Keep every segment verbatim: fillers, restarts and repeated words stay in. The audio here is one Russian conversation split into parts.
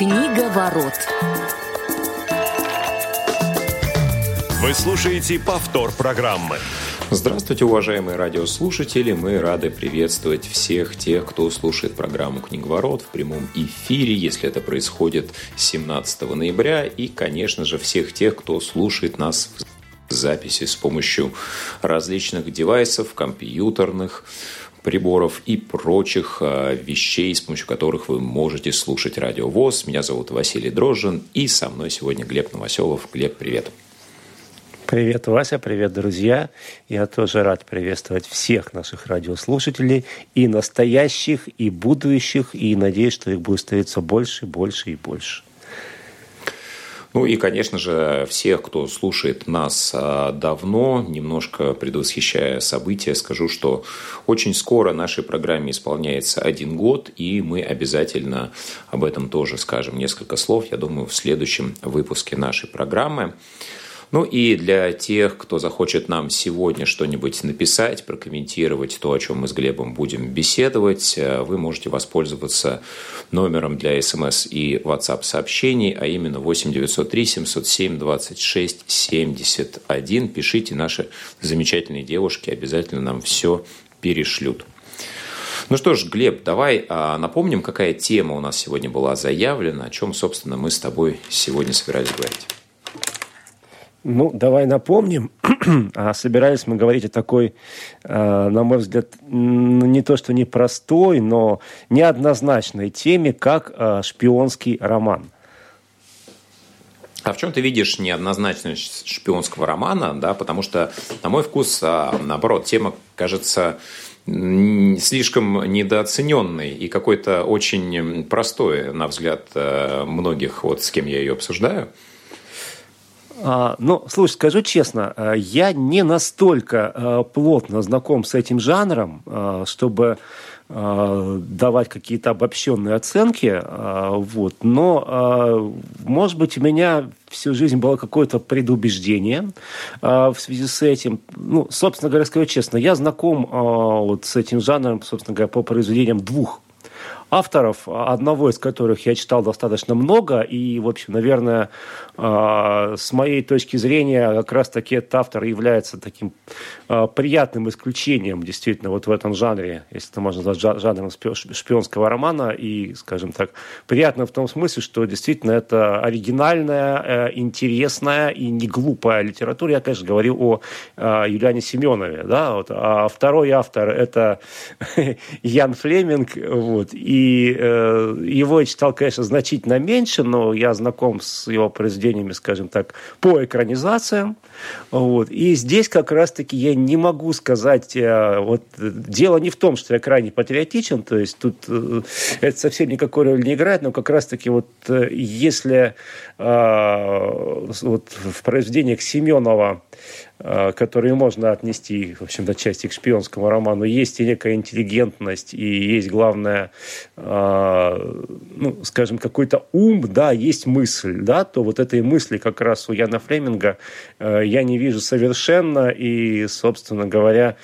Книга ворот. Вы слушаете повтор программы. Здравствуйте, уважаемые радиослушатели! Мы рады приветствовать всех тех, кто слушает программу «Книговорот» в прямом эфире, если это происходит семнадцатого ноября, и, конечно же, всех тех, кто слушает нас в записи с помощью различных девайсов, компьютерных приборов и прочих вещей, с помощью которых вы можете слушать Радио ВОС. Меня зовут Василий Дрожжин, и со мной сегодня Глеб Новоселов. Глеб, привет! Привет, Вася, привет, друзья. Я тоже рад приветствовать всех наших радиослушателей, и настоящих, и будущих, и надеюсь, что их будет становиться больше, больше и больше. Ну и, конечно же, всех, кто слушает нас давно, немножко предвосхищая события, скажу, что очень скоро нашей программе исполняется один год, и мы обязательно об этом тоже скажем несколько слов, я думаю, в следующем выпуске нашей программы. Ну и для тех, кто захочет нам сегодня что-нибудь написать, прокомментировать то, о чем мы с Глебом будем беседовать, вы можете воспользоваться номером для СМС и WhatsApp сообщений, а именно восемь девятьсот три семьсот семь двадцать шесть семьдесят один. Пишите, наши замечательные девушки обязательно нам все перешлют. Ну что ж, Глеб, давай напомним, какая тема у нас сегодня была заявлена, о чем, собственно, мы с тобой сегодня собирались говорить. Ну, давай напомним. Собирались мы говорить о такой, на мой взгляд, не то что непростой, но неоднозначной теме, как шпионский роман. А в чем ты видишь неоднозначность шпионского романа? Да? Потому что, на мой вкус, наоборот, тема кажется слишком недооцененной и какой-то очень простой, на взгляд многих, вот с кем я ее обсуждаю. А, ну, слушай, скажу честно, я не настолько а, плотно знаком с этим жанром, а, чтобы а, давать какие-то обобщенные оценки, а, вот, но, а, может быть, у меня всю жизнь было какое-то предубеждение а, в связи с этим. Ну, собственно говоря, скажу честно, я знаком а, вот с этим жанром, собственно говоря, по произведениям двух авторов, одного из которых я читал достаточно много, и, в общем, наверное, с моей точки зрения, как раз-таки этот автор является таким приятным исключением, действительно, вот в этом жанре, если это можно назвать жанром шпионского романа, и, скажем так, приятно в том смысле, что действительно это оригинальная, интересная и не глупая литература. Я, конечно, говорю о Юлиане Семенове, да, вот. А второй автор – это Ян Флеминг, вот, и И э, его я читал, конечно, значительно меньше, но я знаком с его произведениями, скажем так, по экранизациям. Вот. И здесь как раз-таки я не могу сказать, э, вот, дело не в том, что я крайне патриотичен, то есть тут э, это совсем никакой роли не играет, но как раз-таки вот э, если э, вот в произведениях Семенова, которые можно отнести, в общем-то, части к шпионскому роману, есть и некая интеллигентность, и есть, главное, ну, скажем, какой-то ум, да, есть мысль, да, то вот этой мысли как раз у Яна Флеминга я не вижу совершенно, и, собственно говоря,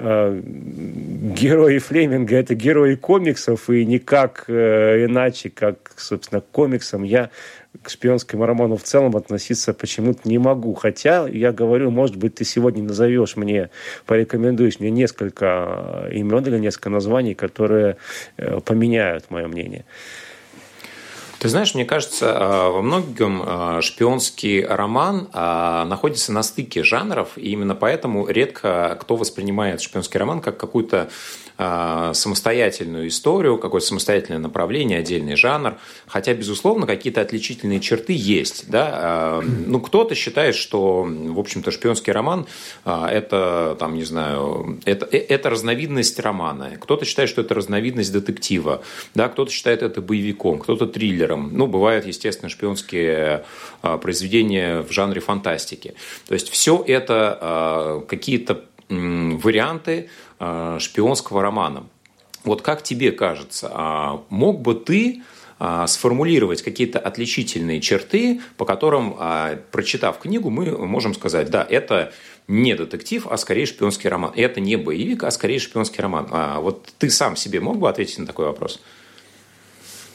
герои Флеминга – это герои комиксов, и никак иначе, как, собственно, к комиксам я к шпионскому роману в целом относиться почему-то не могу. Хотя, я говорю, может быть, ты сегодня назовешь мне, порекомендуешь мне несколько имен или несколько названий, которые поменяют мое мнение. Ты знаешь, мне кажется, во многом шпионский роман находится на стыке жанров, и именно поэтому редко кто воспринимает шпионский роман как какую-то самостоятельную историю, какое-то самостоятельное направление, отдельный жанр. Хотя, безусловно, какие-то отличительные черты есть. Да? Ну, кто-то считает, что, в общем-то, шпионский роман – это, там, не знаю, это, это разновидность романа. Кто-то считает, что это разновидность детектива. Да? Кто-то считает это боевиком, кто-то триллером. Ну, бывают, естественно, шпионские произведения в жанре фантастики. То есть, все это какие-то варианты шпионского романа. Вот как тебе кажется, мог бы ты сформулировать какие-то отличительные черты, по которым, прочитав книгу, мы можем сказать, да, это не детектив, а скорее шпионский роман. Это не боевик, а скорее шпионский роман. А вот ты сам себе мог бы ответить на такой вопрос?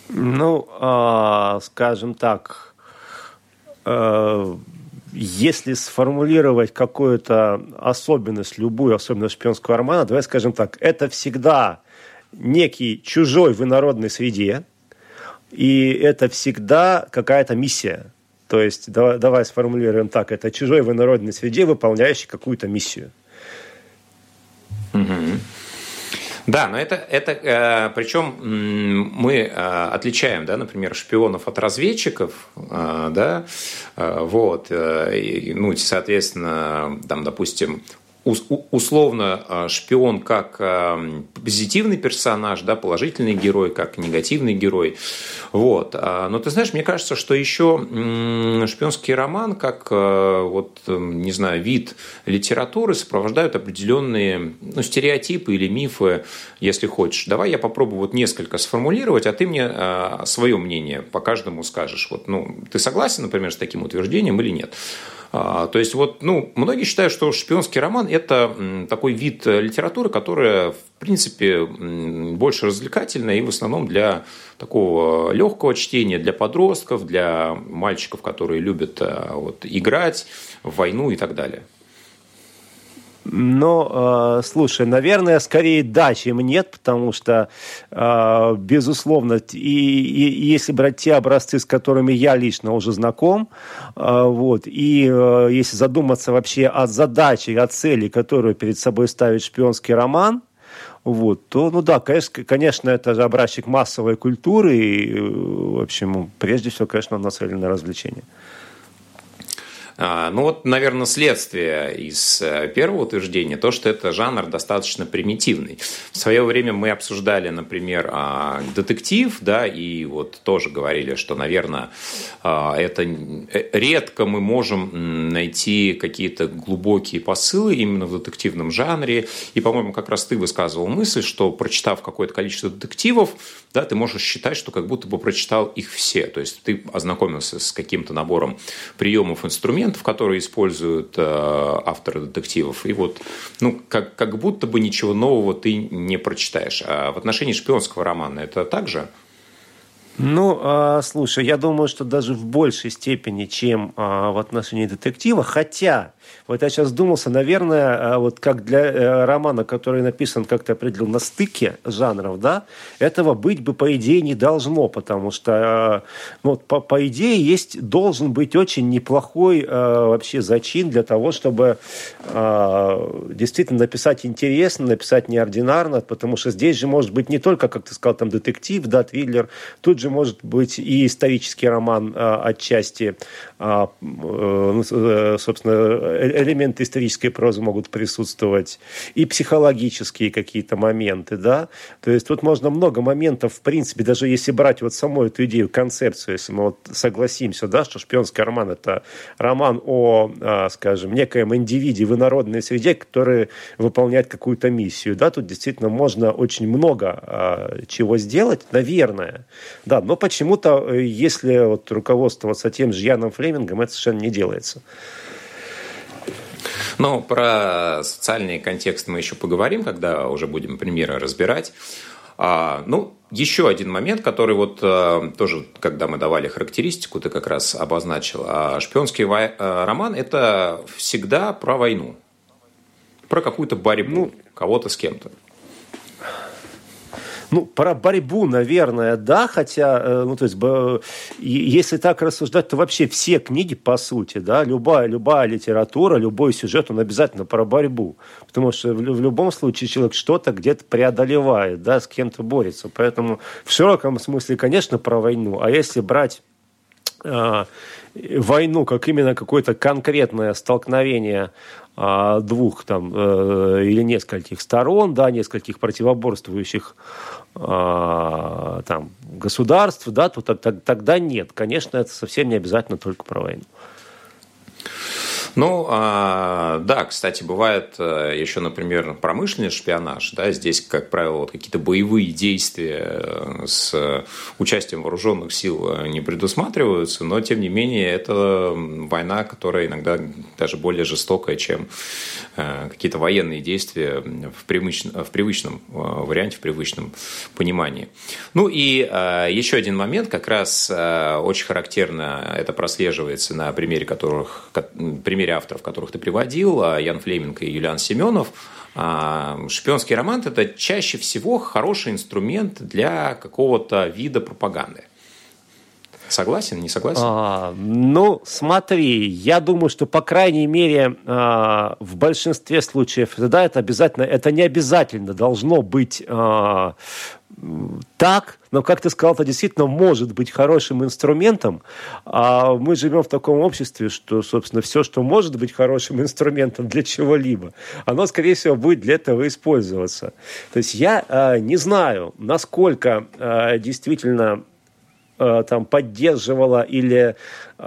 Ну, э, скажем так, э, если сформулировать какую-то особенность, любую особенность шпионского романа, давай скажем так, это всегда некий чужой в инородной среде, и это всегда какая-то миссия. То есть, давай, давай сформулируем так, это чужой в инородной среде, выполняющий какую-то миссию. Угу. Да, но это, это э, причем мы э, отличаем, да, например, шпионов от разведчиков, э, да, э, вот, э, и, ну, соответственно, там, допустим, условно шпион как позитивный персонаж, да, положительный герой, как негативный герой. Вот. Но ты знаешь, мне кажется, что еще шпионский роман, как вот, не знаю, вид литературы, сопровождают определенные, ну, стереотипы или мифы, если хочешь. Давай я попробую вот несколько сформулировать, а ты мне свое мнение по каждому скажешь. Вот, ну, ты согласен, например, с таким утверждением или нет? То есть, вот, ну, многие считают, что шпионский роман – это такой вид литературы, которая, в принципе, больше развлекательная и в основном для такого легкого чтения, для подростков, для мальчиков, которые любят вот, играть в войну и так далее. Но, э, слушай, наверное, скорее да, чем нет, потому что, э, безусловно, и, и если брать те образцы, с которыми я лично уже знаком, э, вот, и э, если задуматься вообще о задаче, о цели, которую перед собой ставит шпионский роман, вот, то, ну да, конечно, конечно, это же образчик массовой культуры, и, в общем, прежде всего, конечно, он нацелен на развлечение. Ну вот, наверное, следствие из первого утверждения, то, что это жанр достаточно примитивный. В свое время мы обсуждали, например, детектив, да, и вот тоже говорили, что, наверное, это редко мы можем найти какие-то глубокие посылы именно в детективном жанре. И, по-моему, как раз ты высказывал мысль, что, прочитав какое-то количество детективов, да, ты можешь считать, что как будто бы прочитал их все. То есть ты ознакомился с каким-то набором приемов, инструментов, которые используют э, авторы детективов. И вот, ну, как, как будто бы ничего нового ты не прочитаешь. А в отношении шпионского романа это так же? Ну, э, слушай, я думаю, что даже в большей степени, чем э, в отношении детектива, хотя, вот я сейчас думался, наверное, э, вот как для э, романа, который написан, как ты определил, на стыке жанров, да, этого быть бы, по идее, не должно, потому что, э, ну, по, по идее, есть, должен быть очень неплохой э, вообще зачин для того, чтобы э, действительно написать интересно, написать неординарно, потому что здесь же может быть не только, как ты сказал, там, детектив, да, триллер, тут же может быть и исторический роман а, отчасти, а, э, собственно, элементы исторической прозы могут присутствовать, и психологические какие-то моменты, да, то есть тут можно много моментов, в принципе, даже если брать вот саму эту идею, концепцию, если мы вот согласимся, да, что шпионский роман – это роман о, а, скажем, некоем индивиде в инородной среде, который выполняет какую-то миссию, да, тут действительно можно очень много а, чего сделать, наверное, да, но почему-то, если вот руководствоваться тем же Яном Флемингом, это совершенно не делается. Ну, про социальный контекст мы еще поговорим, когда уже будем примеры разбирать. А, ну, еще один момент, который вот а, тоже, когда мы давали характеристику, ты как раз обозначил. А шпионский вой- а, роман – это всегда про войну, про какую-то борьбу, ну, кого-то с кем-то. Ну, про борьбу, наверное, да, хотя, ну, то есть, если так рассуждать, то вообще все книги, по сути, да, любая, любая литература, любой сюжет, он обязательно про борьбу, потому что в, в любом случае человек что-то где-то преодолевает, да, с кем-то борется, поэтому в широком смысле, конечно, про войну, а если брать э, войну как именно какое-то конкретное столкновение э, двух там э, или нескольких сторон, да, нескольких противоборствующих там, государств, да, то тогда нет. Конечно, это совсем не обязательно только про войну. Ну, а, да, кстати, бывает еще, например, промышленный шпионаж. Да, здесь, как правило, вот какие-то боевые действия с участием вооруженных сил не предусматриваются, но, тем не менее, это война, которая иногда даже более жестокая, чем какие-то военные действия в привычном, в привычном варианте, в привычном понимании. Ну и еще один момент, как раз очень характерно это прослеживается на примере которых, примере авторов, которых ты приводил, Ян Флеминг и Юлиан Семенов. Шпионский роман – это чаще всего хороший инструмент для какого-то вида пропаганды. Согласен, не согласен? А, ну, смотри, я думаю, что, по крайней мере, а, в большинстве случаев, да, это обязательно, это не обязательно должно быть а, так, но, как ты сказал, это действительно может быть хорошим инструментом. А мы живем в таком обществе, что, собственно, все, что может быть хорошим инструментом для чего-либо, оно, скорее всего, будет для этого использоваться. То есть я а, не знаю, насколько а, действительно там поддерживала или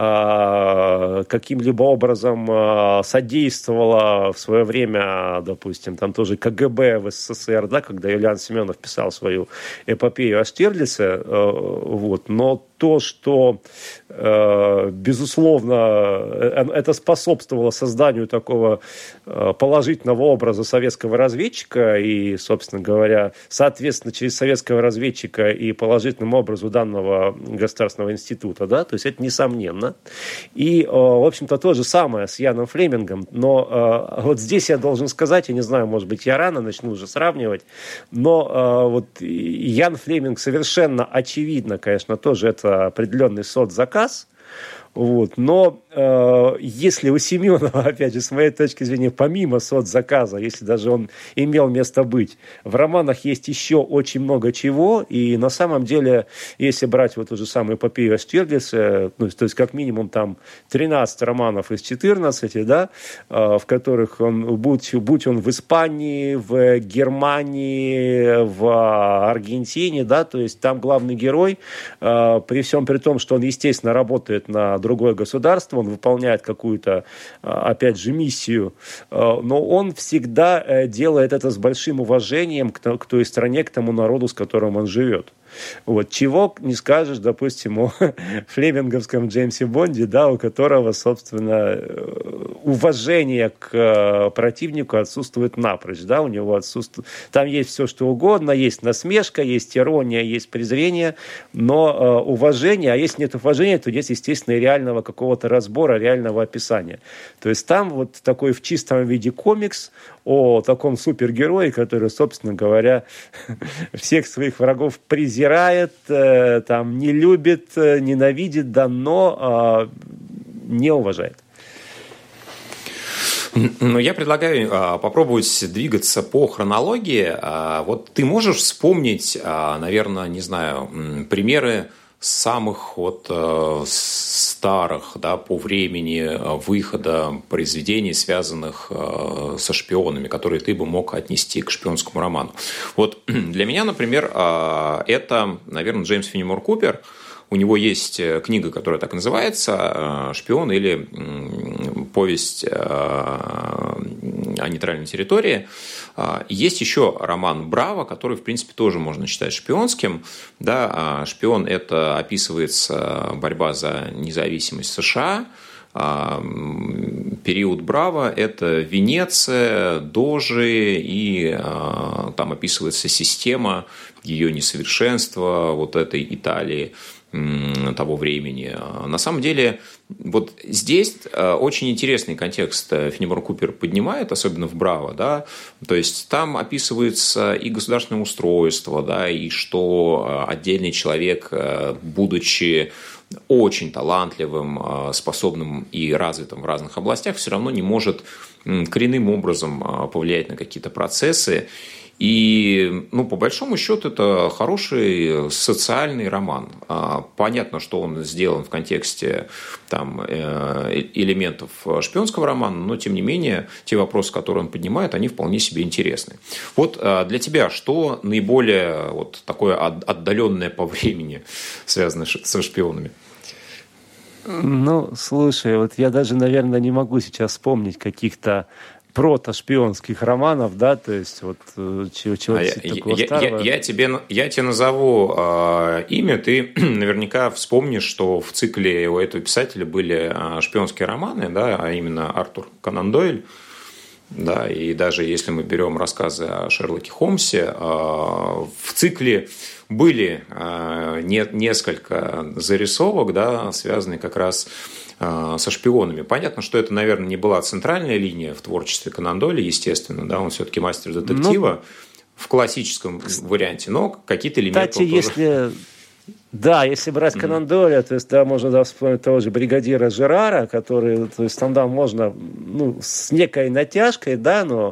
э, каким-либо образом э, содействовала в свое время, допустим, там тоже КГБ в СССР, да, когда Юлиан Семенов писал свою эпопею о Штирлице, э, вот, но то, что, э, безусловно, это способствовало созданию такого положительного образа советского разведчика и, собственно говоря, соответственно, через советского разведчика и положительному образу данного государственного института, да, то есть это несомненно. И, в общем-то, то же самое с Яном Флемингом, но вот здесь я должен сказать, я не знаю, может быть, я рано начну уже сравнивать, но вот Ян Флеминг совершенно очевидно, конечно, тоже это определенный соцзаказ. Вот. Но э, если у Семенова, опять же, с моей точки зрения, помимо соцзаказа, если даже он имел место быть, в романах есть еще очень много чего, и на самом деле, если брать вот ту же самую эпопею о Штирлице, ну, то есть как минимум там тринадцать романов из четырнадцати, да, э, в которых он, будь, будь он в Испании, в Германии, в Аргентине, да, то есть там главный герой, э, при всем при том, что он, естественно, работает на другое государство, он выполняет какую-то, опять же, миссию, но он всегда делает это с большим уважением к той стране, к тому народу, с которым он живет. Вот. Чего не скажешь, допустим, о флеминговском Джеймсе Бонде, да, у которого, собственно, уважение к противнику отсутствует напрочь. Да, у него отсутствует... Там есть все, что угодно, есть насмешка, есть ирония, есть презрение, но э, уважение, а если нет уважения, то есть, естественно, и реального какого-то разбора, реального описания. То есть там вот такой в чистом виде комикс о таком супергерое, который, собственно говоря, всех своих врагов презирает, э, там, не любит, э, ненавидит, да, но э, не уважает. Ну, я предлагаю а, попробовать двигаться по хронологии. А, вот ты можешь вспомнить, а, наверное, не знаю, примеры самых вот э, старых, да, по времени выхода произведений, связанных э, со шпионами, которые ты бы мог отнести к шпионскому роману. Вот для меня, например, э, это, наверное, Джеймс Феннимор Купер. У него есть книга, которая так и называется «Шпион» или повесть о нейтральной территории. Есть еще роман «Браво», который, в принципе, тоже можно считать шпионским. Да, «Шпион» – это описывается борьба за независимость США. Период «Браво» – это Венеция, дожи, и там описывается система, ее несовершенство вот этой Италии того времени. На самом деле, вот здесь очень интересный контекст Феннимор Купер поднимает, особенно в «Браво», да, то есть там описывается и государственное устройство, да, и что отдельный человек, будучи очень талантливым, способным и развитым в разных областях, все равно не может коренным образом повлиять на какие-то процессы. И, ну, по большому счету, это хороший социальный роман. Понятно, что он сделан в контексте там, элементов шпионского романа, но, тем не менее, те вопросы, которые он поднимает, они вполне себе интересны. Вот для тебя что наиболее вот такое отдаленное по времени связано со шпионами? Ну, слушай, вот я даже, наверное, не могу сейчас вспомнить каких-то протошпионских романов, да, то есть вот чего-то а такого я, старого. Я, я, тебе, я тебе назову э, имя, ты наверняка вспомнишь, что в цикле у этого писателя были шпионские романы, да, а именно Артур Конан Дойль, да, и даже если мы берем рассказы о Шерлоке Холмсе, э, в цикле были э, не, несколько зарисовок, да, связанные как раз со шпионами. Понятно, что это, наверное, не была центральная линия в творчестве Конан Дойля, естественно, да, он все-таки мастер детектива ну, в классическом варианте, но какие-то элементы... Кстати, если... Да, если брать mm-hmm. Конан Дойля, то есть, да, можно да, вспомнить того же бригадира Жерара, который, то есть, там, да, можно, ну, с некой натяжкой, да, но,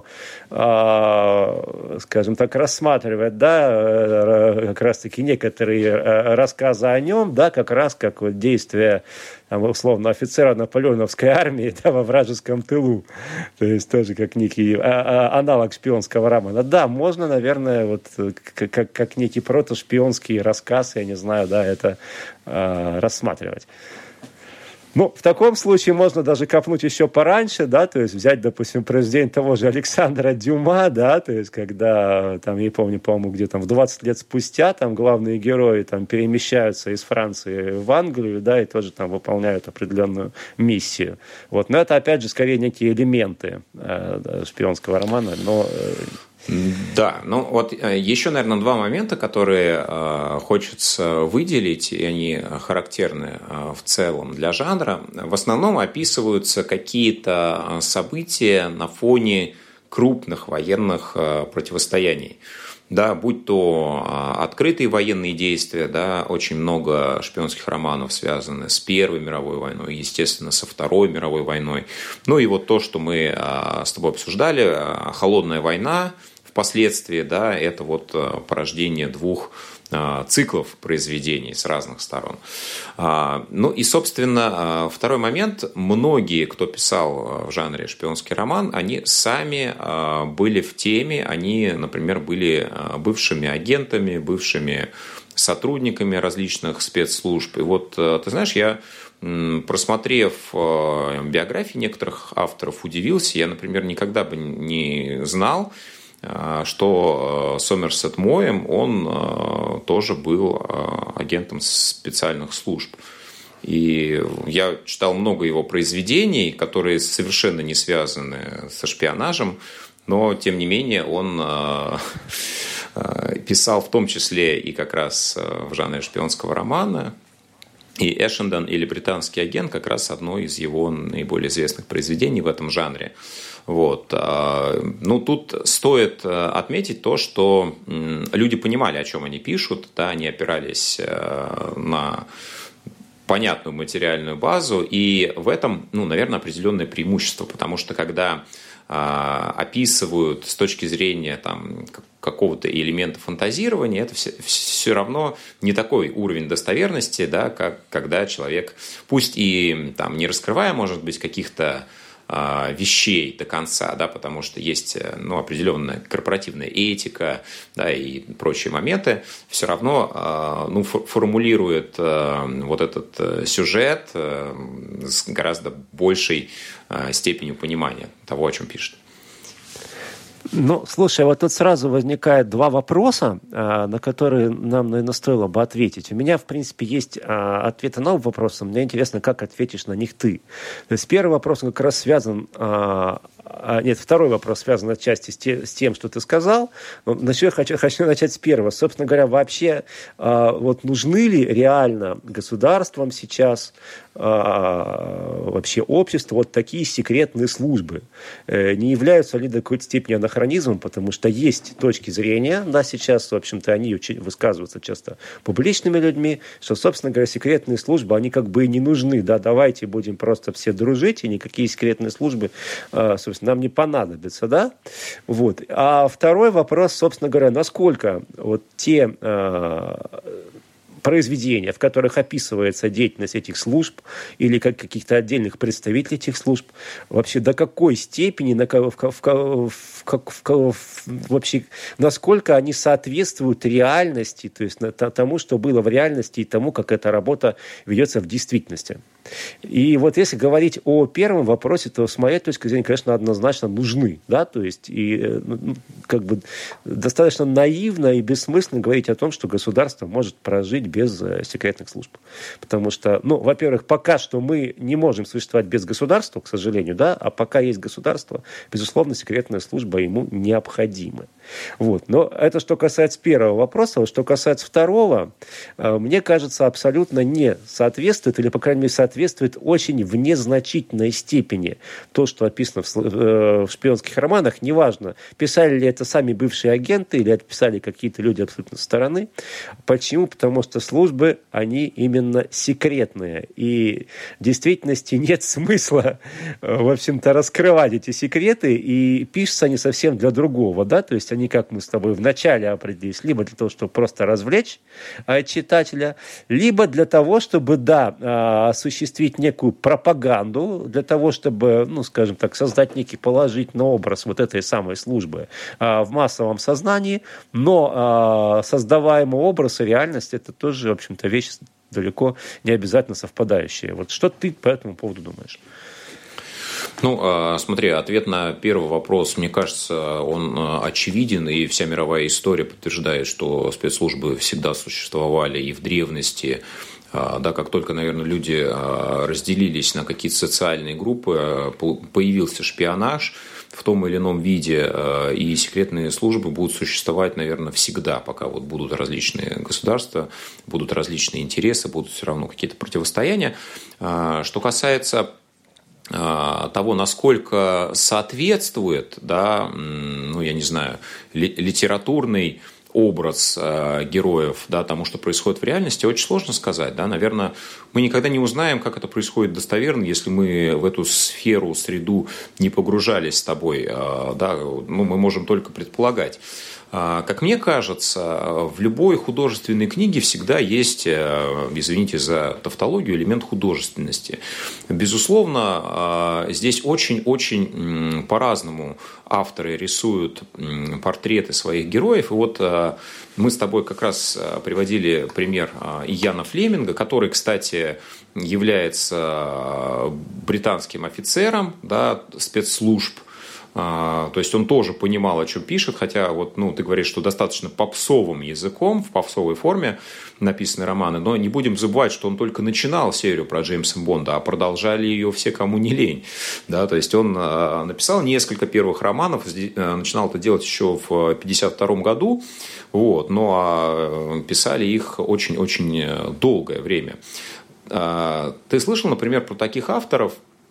э, скажем так, рассматривать, да, как раз-таки некоторые рассказы о нем, да, как раз как вот действия, там, условно, офицера наполеоновской армии, да, во вражеском тылу, то есть, тоже как некий а, а, аналог шпионского романа. Да, можно, наверное, вот, как, как, как некий протошпионский рассказ, я не знаю, да, это э, рассматривать. Ну, в таком случае можно даже копнуть еще пораньше, да, то есть взять, допустим, произведение того же Александра Дюма, да, то есть когда, там, я помню, по-моему, где там в двадцать лет спустя там главные герои там перемещаются из Франции в Англию, да, и тоже там выполняют определенную миссию. Вот, но это, опять же, скорее некие элементы э, шпионского романа, но... Э, Да, ну вот еще, наверное, два момента, которые э, хочется выделить, и они характерны э, в целом для жанра. В основном описываются какие-то события на фоне крупных военных э, противостояний. Да, будь то э, открытые военные действия, да, очень много шпионских романов связаны с Первой мировой войной, естественно, со Второй мировой войной. Ну и вот то, что мы э, с тобой обсуждали, э, холодная война, впоследствии, да, это вот порождение двух циклов произведений с разных сторон. Ну и, собственно, второй момент. Многие, кто писал в жанре шпионский роман, они сами были в теме, они, например, были бывшими агентами, бывшими сотрудниками различных спецслужб. И вот, ты знаешь, я, просмотрев биографии некоторых авторов, удивился. Я, например, никогда бы не знал, что Сомерсет Моэм, он тоже был агентом специальных служб. И я читал много его произведений, которые совершенно не связаны со шпионажем, но, тем не менее, он писал в том числе и как раз в жанре шпионского романа. И «Эшендон» или «Британский агент» как раз одно из его наиболее известных произведений в этом жанре. Вот. Ну, тут стоит отметить то, что люди понимали, о чем они пишут, да, они опирались на понятную материальную базу, и в этом, ну, наверное, определенное преимущество, потому что когда описывают с точки зрения там, какого-то элемента фантазирования, это все, все равно не такой уровень достоверности, да, как когда человек, пусть и там, не раскрывая, может быть, каких-то вещей до конца, да, потому что есть, ну, определенная корпоративная этика, да, и прочие моменты, все равно, ну, формулирует вот этот сюжет с гораздо большей степенью понимания того, о чем пишет. Ну, слушай, вот тут сразу возникает два вопроса, на которые нам, наверное, стоило бы ответить. У меня, в принципе, есть ответы на оба вопроса. Мне интересно, как ответишь на них ты. То есть первый вопрос как раз связан... Нет, второй вопрос связан отчасти с тем, что ты сказал. Но я хочу, хочу начать с первого. Собственно говоря, вообще вот нужны ли реально государствам сейчас, вообще обществу, вот такие секретные службы? Не являются ли до какой-то степени анахронизмом? Потому что есть точки зрения, да, сейчас, в общем-то, они высказываются часто публичными людьми, что, собственно говоря, секретные службы, они как бы и не нужны. Да, давайте будем просто все дружить, и никакие секретные службы, собственно, нам не понадобится, да? Вот. А второй вопрос, собственно говоря, насколько вот те э, произведения, в которых описывается деятельность этих служб или как каких-то отдельных представителей этих служб, вообще до какой степени, на, в, в, в, в, в, вообще, насколько они соответствуют реальности, то есть на, тому, что было в реальности, и тому, как эта работа ведется в действительности? И вот если говорить о первом вопросе, то с моей точки зрения, конечно, однозначно нужны. Да? То есть и, ну, как бы достаточно наивно и бессмысленно говорить о том, что государство может прожить без секретных служб. Потому что, ну, во-первых, пока что мы не можем существовать без государства, к сожалению, да, а пока есть государство, безусловно, секретная служба ему необходима. Вот. Но это что касается первого вопроса. Что касается второго, мне кажется, абсолютно не соответствует, или, по крайней мере, соответствует очень в незначительной степени то, что описано в, в шпионских романах. Неважно, писали ли это сами бывшие агенты, или это писали какие-то люди абсолютно со стороны. Почему? Потому что службы, они именно секретные. И в действительности нет смысла, в общем-то, раскрывать эти секреты, и пишутся они совсем для другого, да, то есть они, как мы с тобой вначале определились, либо для того, чтобы просто развлечь а, читателя, либо для того, чтобы, да, а, осуществить некую пропаганду, для того, чтобы, ну, скажем так, создать некий положительный образ вот этой самой службы а, в массовом сознании, но а, создаваемый образ и реальность — это тоже, в общем-то, вещь далеко не обязательно совпадающая. Вот что ты по этому поводу думаешь? Ну, смотри, ответ на первый вопрос, мне кажется, он очевиден, и вся мировая история подтверждает, что спецслужбы всегда существовали и в древности. Да, как только, наверное, люди разделились на какие-то социальные группы, появился шпионаж в том или ином виде, и секретные службы будут существовать, наверное, всегда, пока вот будут различные государства, будут различные интересы, будут все равно какие-то противостояния. Что касается того, насколько соответствует, да, ну, я не знаю, литературный образ э, героев, да, тому, что происходит в реальности, очень сложно сказать. Да? Наверное, мы никогда не узнаем, как это происходит достоверно, если мы в эту сферу, среду не погружались с тобой. Э, да? Ну, мы можем только предполагать. Как мне кажется, в любой художественной книге всегда есть, извините за тавтологию, элемент художественности. Безусловно, здесь очень-очень по-разному авторы рисуют портреты своих героев. И вот мы с тобой как раз приводили пример Яна Флеминга, который, кстати, является британским офицером, да, спецслужб. То есть он тоже понимал, о чем пишет, хотя вот, ну, ты говоришь, что достаточно попсовым языком, в попсовой форме написаны романы, но не будем забывать, что он только начинал серию про Джеймса Бонда, а продолжали ее все, кому не лень. Да, то есть он написал несколько первых романов, начинал это делать еще в пятьдесят втором году, вот, но писали их очень-очень долгое время. Ты слышал, например, про таких авторов,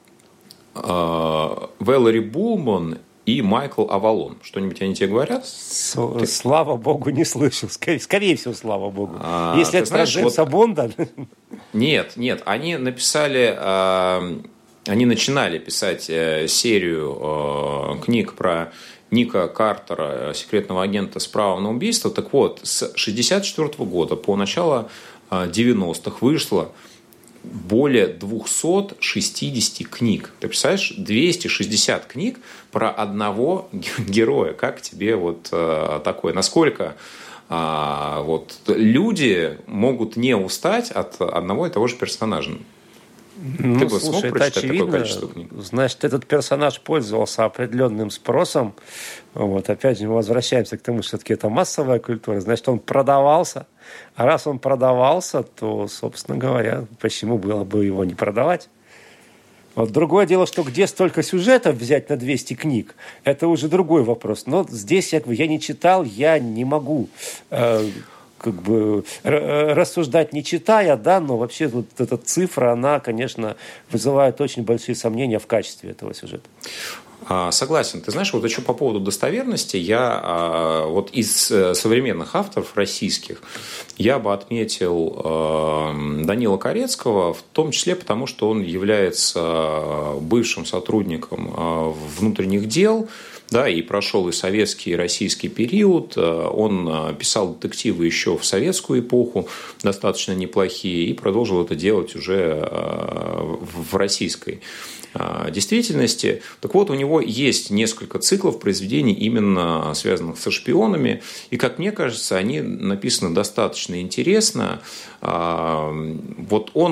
Вэлери Булман и Майкл Авалон? Что-нибудь они тебе говорят? С- слава богу, не слышал. Скорее, скорее всего, слава богу. А, Если это знаешь, Джеймса вот... Бонда. Нет, нет. Они написали, э, они начинали писать э, серию э, книг про Ника Картера, секретного агента с правом на убийство. Так вот, с шестьдесят четвёртого года по начало э, девяностых вышло более двести шестьдесят книг. Ты представляешь, двести шестьдесят книг про одного героя. Как тебе вот э, такое? Насколько э, вот, люди могут не устать от одного и того же персонажа? Ну, Ты бы слушай, смог прочитать такое количество книг? Значит, этот персонаж пользовался определенным спросом. Вот, опять же, мы возвращаемся к тому, что все-таки это массовая культура. Значит, он продавался. А раз он продавался, то, собственно говоря, почему было бы его не продавать? Вот другое дело, что где столько сюжетов взять на двести книг, это уже другой вопрос. Но здесь я, я не читал, я не могу... Э, как бы рассуждать не читая, да, но вообще вот эта цифра, она, конечно, вызывает очень большие сомнения в качестве этого сюжета. Согласен. Ты знаешь, вот еще по поводу достоверности, я вот из современных авторов российских я бы отметил Данила Корецкого, в том числе потому, что он является бывшим сотрудником внутренних дел, да, и прошел и советский, и российский период. Он писал детективы еще в советскую эпоху, достаточно неплохие, и продолжил это делать уже в российской действительности. Так вот, у него есть несколько циклов произведений, именно связанных со шпионами, и, как мне кажется, они написаны достаточно интересно. Вот он, как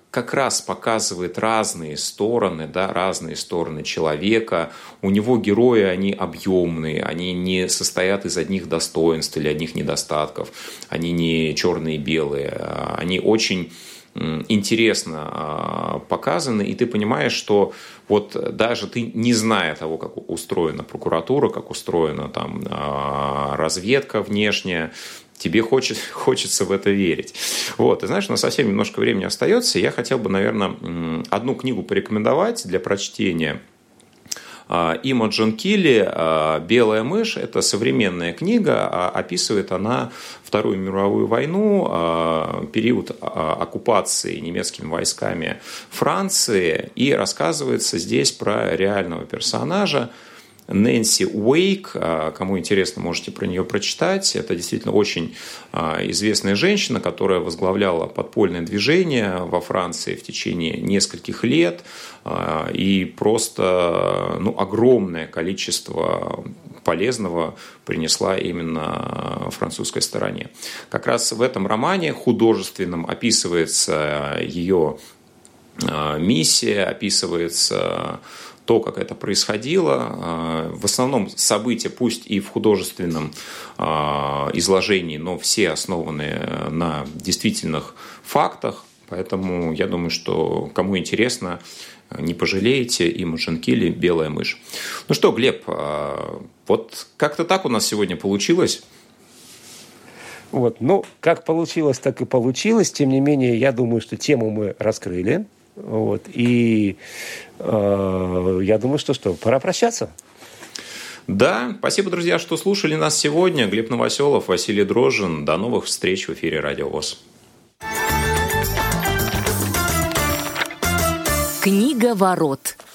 как раз показывает разные стороны, да, разные стороны человека. У него герои, они объемные, они не состоят из одних достоинств или одних недостатков, они не черные и белые, они очень интересно показаны, и ты понимаешь, что вот даже ты, не зная того, как устроена прокуратура, как устроена там разведка внешняя, тебе хочет, хочется в это верить. Вот, и знаешь, у нас совсем немножко времени остается, я хотел бы, наверное, одну книгу порекомендовать для прочтения. Имоджен Килли «Белая мышь» – это современная книга, описывает она Вторую мировую войну, период оккупации немецкими войсками Франции, и рассказывается здесь про реального персонажа Нэнси Уэйк. Кому интересно, можете про нее прочитать. Это действительно очень известная женщина, которая возглавляла подпольное движение во Франции в течение нескольких лет. И просто ну, огромное количество полезного принесла именно французской стороне. Как раз в этом романе художественном описывается ее миссия, описывается то, как это происходило. В основном события, пусть и в художественном изложении, но все основаны на действительных фактах. Поэтому я думаю, что кому интересно, не пожалеете. Имоджен Килли «Белая мышь». Ну что, Глеб, вот как-то так у нас сегодня получилось. Вот, ну, как получилось, так и получилось. Тем не менее, я думаю, что тему мы раскрыли. Вот, и э, я думаю, что что, пора прощаться. Да, спасибо, друзья, что слушали нас сегодня. Глеб Новоселов, Василий Дрожжин. До новых встреч в эфире Радио ВОС. Книга ворот.